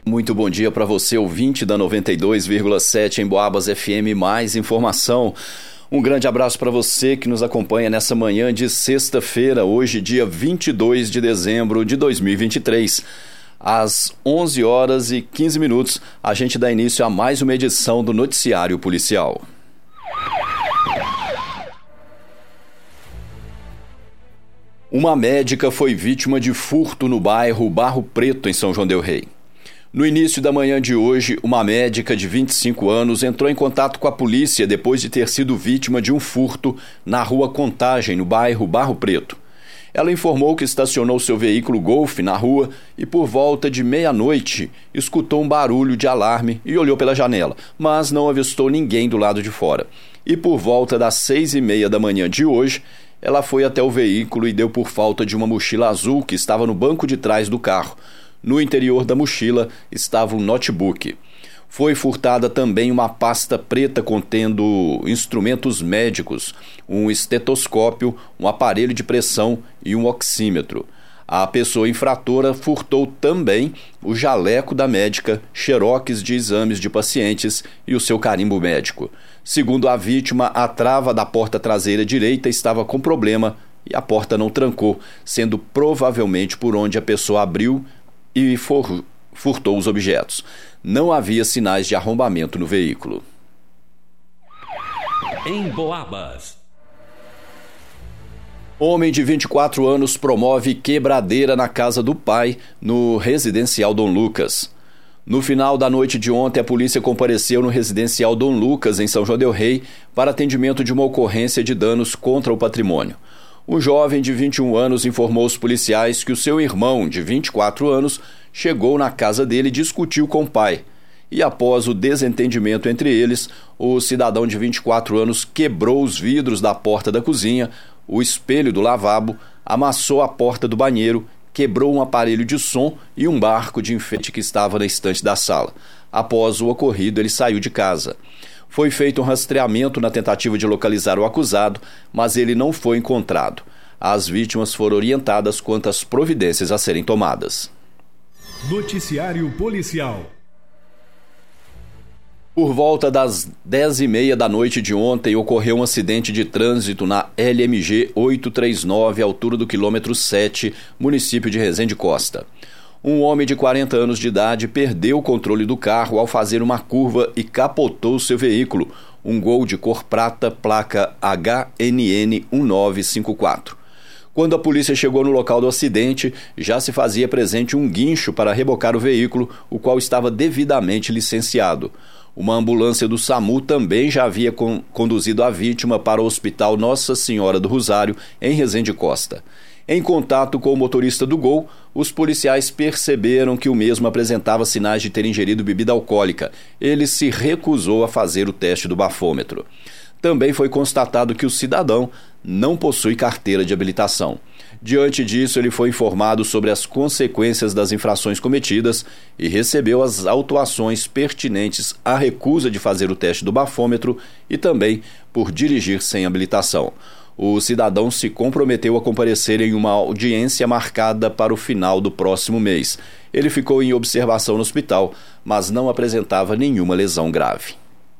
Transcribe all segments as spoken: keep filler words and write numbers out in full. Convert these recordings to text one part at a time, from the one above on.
Muito bom dia para você, ouvinte da noventa e dois vírgula sete em Boabas F M, mais informação. Um grande abraço para você que nos acompanha nessa manhã de sexta-feira, hoje dia vinte e dois de dezembro de dois mil e vinte e três. Às onze horas e quinze minutos, a gente dá início a mais uma edição do Noticiário Policial. Uma médica foi vítima de furto no bairro Barro Preto, em São João del Rei. No início da manhã de hoje, uma médica de vinte e cinco anos entrou em contato com a polícia depois de ter sido vítima de um furto na rua Contagem, no bairro Barro Preto. Ela informou que estacionou seu veículo Golf na rua e, por volta de meia-noite, escutou um barulho de alarme e olhou pela janela, mas não avistou ninguém do lado de fora. E por volta das seis e meia da manhã de hoje, ela foi até o veículo e deu por falta de uma mochila azul que estava no banco de trás do carro. No interior da mochila estava um notebook. Foi furtada também uma pasta preta contendo instrumentos médicos, um estetoscópio, um aparelho de pressão e um oxímetro. A pessoa infratora furtou também o jaleco da médica, xerox de exames de pacientes e o seu carimbo médico. Segundo a vítima, a trava da porta traseira direita estava com problema e a porta não trancou, sendo provavelmente por onde a pessoa abriu e for, furtou os objetos. Não havia sinais de arrombamento no veículo. Em Boabas. Homem de vinte e quatro anos promove quebradeira na casa do pai, no residencial Dom Lucas. No final da noite de ontem, a polícia compareceu no residencial Dom Lucas, em São João del Rei, para atendimento de uma ocorrência de danos contra o patrimônio. Um jovem de vinte e um anos informou aos policiais que o seu irmão, de vinte e quatro anos, chegou na casa dele e discutiu com o pai. E após o desentendimento entre eles, o cidadão de vinte e quatro anos quebrou os vidros da porta da cozinha, o espelho do lavabo, amassou a porta do banheiro, quebrou um aparelho de som e um barco de enfeite que estava na estante da sala. Após o ocorrido, ele saiu de casa. Foi feito um rastreamento na tentativa de localizar o acusado, mas ele não foi encontrado. As vítimas foram orientadas quanto às providências a serem tomadas. Noticiário Policial. Por volta das dez e meia da noite de ontem, ocorreu um acidente de trânsito na L M G oitocentos e trinta e nove, altura do quilômetro sete, município de Resende Costa. Um homem de quarenta anos de idade perdeu o controle do carro ao fazer uma curva e capotou seu veículo, um Gol de cor prata, placa H N N um nove cinco quatro. Quando a polícia chegou no local do acidente, já se fazia presente um guincho para rebocar o veículo, o qual estava devidamente licenciado. Uma ambulância do SAMU também já havia con- conduzido a vítima para o Hospital Nossa Senhora do Rosário, em Resende Costa. Em contato com o motorista do Gol, os policiais perceberam que o mesmo apresentava sinais de ter ingerido bebida alcoólica. Ele se recusou a fazer o teste do bafômetro. Também foi constatado que o cidadão não possui carteira de habilitação. Diante disso, ele foi informado sobre as consequências das infrações cometidas e recebeu as autuações pertinentes à recusa de fazer o teste do bafômetro e também por dirigir sem habilitação. O cidadão se comprometeu a comparecer em uma audiência marcada para o final do próximo mês. Ele ficou em observação no hospital, mas não apresentava nenhuma lesão grave.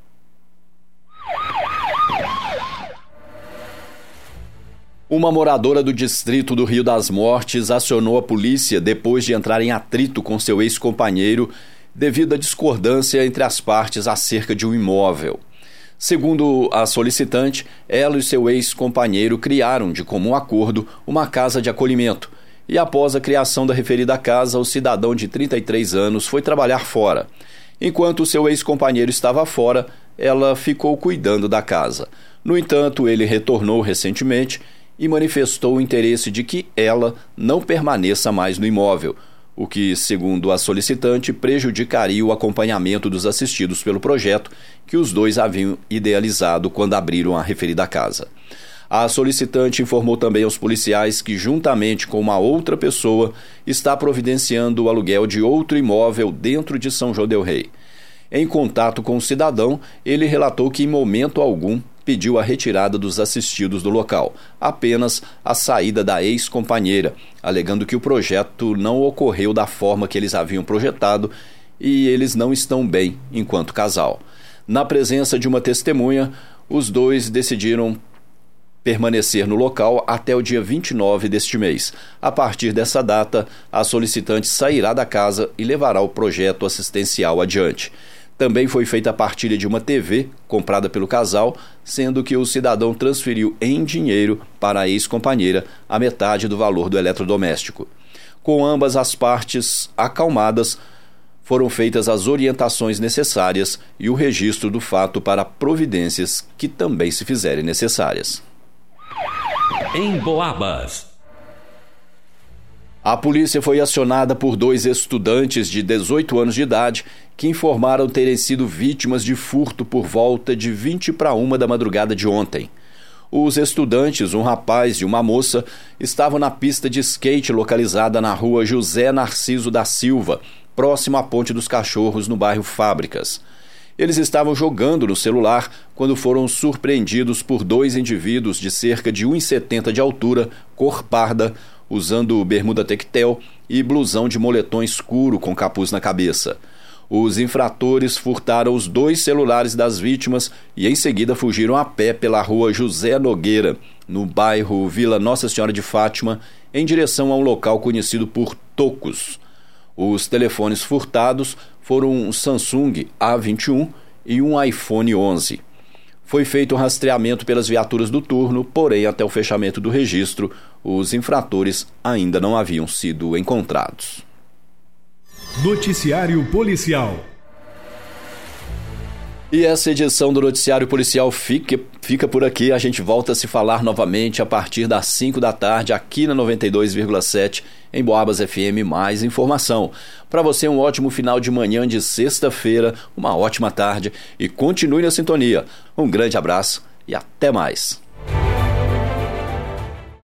Uma moradora do distrito do Rio das Mortes acionou a polícia depois de entrar em atrito com seu ex-companheiro devido à discordância entre as partes acerca de um imóvel. Segundo a solicitante, ela e seu ex-companheiro criaram, de comum acordo, uma casa de acolhimento. E após a criação da referida casa, o cidadão de trinta e três anos foi trabalhar fora. Enquanto seu ex-companheiro estava fora, ela ficou cuidando da casa. No entanto, ele retornou recentemente e manifestou o interesse de que ela não permaneça mais no imóvel, o que, segundo a solicitante, prejudicaria o acompanhamento dos assistidos pelo projeto que os dois haviam idealizado quando abriram a referida casa. A solicitante informou também aos policiais que, juntamente com uma outra pessoa, está providenciando o aluguel de outro imóvel dentro de São João del Rei. Em contato com o cidadão, ele relatou que, em momento algum, pediu a retirada dos assistidos do local, apenas a saída da ex-companheira, alegando que o projeto não ocorreu da forma que eles haviam projetado e eles não estão bem enquanto casal. Na presença de uma testemunha, os dois decidiram permanecer no local até o dia vinte e nove deste mês. A partir dessa data, a solicitante sairá da casa e levará o projeto assistencial adiante. Também foi feita a partilha de uma T V comprada pelo casal, sendo que o cidadão transferiu em dinheiro para a ex-companheira a metade do valor do eletrodoméstico. Com ambas as partes acalmadas, foram feitas as orientações necessárias e o registro do fato para providências que também se fizerem necessárias. Em Boabas. A polícia foi acionada por dois estudantes de dezoito anos de idade que informaram terem sido vítimas de furto por volta de vinte para uma da madrugada de ontem. Os estudantes, um rapaz e uma moça, estavam na pista de skate localizada na rua José Narciso da Silva, próximo à Ponte dos Cachorros, no bairro Fábricas. Eles estavam jogando no celular quando foram surpreendidos por dois indivíduos de cerca de um metro e setenta de altura, cor parda, usando bermuda tectel e blusão de moletom escuro com capuz na cabeça. Os infratores furtaram os dois celulares das vítimas e em seguida fugiram a pé pela rua José Nogueira, no bairro Vila Nossa Senhora de Fátima, em direção a um local conhecido por Tocos. Os telefones furtados foram um Samsung A vinte e um e um iPhone onze. Foi feito um rastreamento pelas viaturas do turno, porém, até o fechamento do registro, os infratores ainda não haviam sido encontrados. Noticiário Policial. E essa edição do Noticiário Policial fica, fica por aqui. A gente volta a se falar novamente a partir das cinco da tarde aqui na noventa e dois vírgula sete em Boabas F M. Mais informação. Para você, um ótimo final de manhã de sexta-feira, uma ótima tarde e continue na sintonia. Um grande abraço e até mais.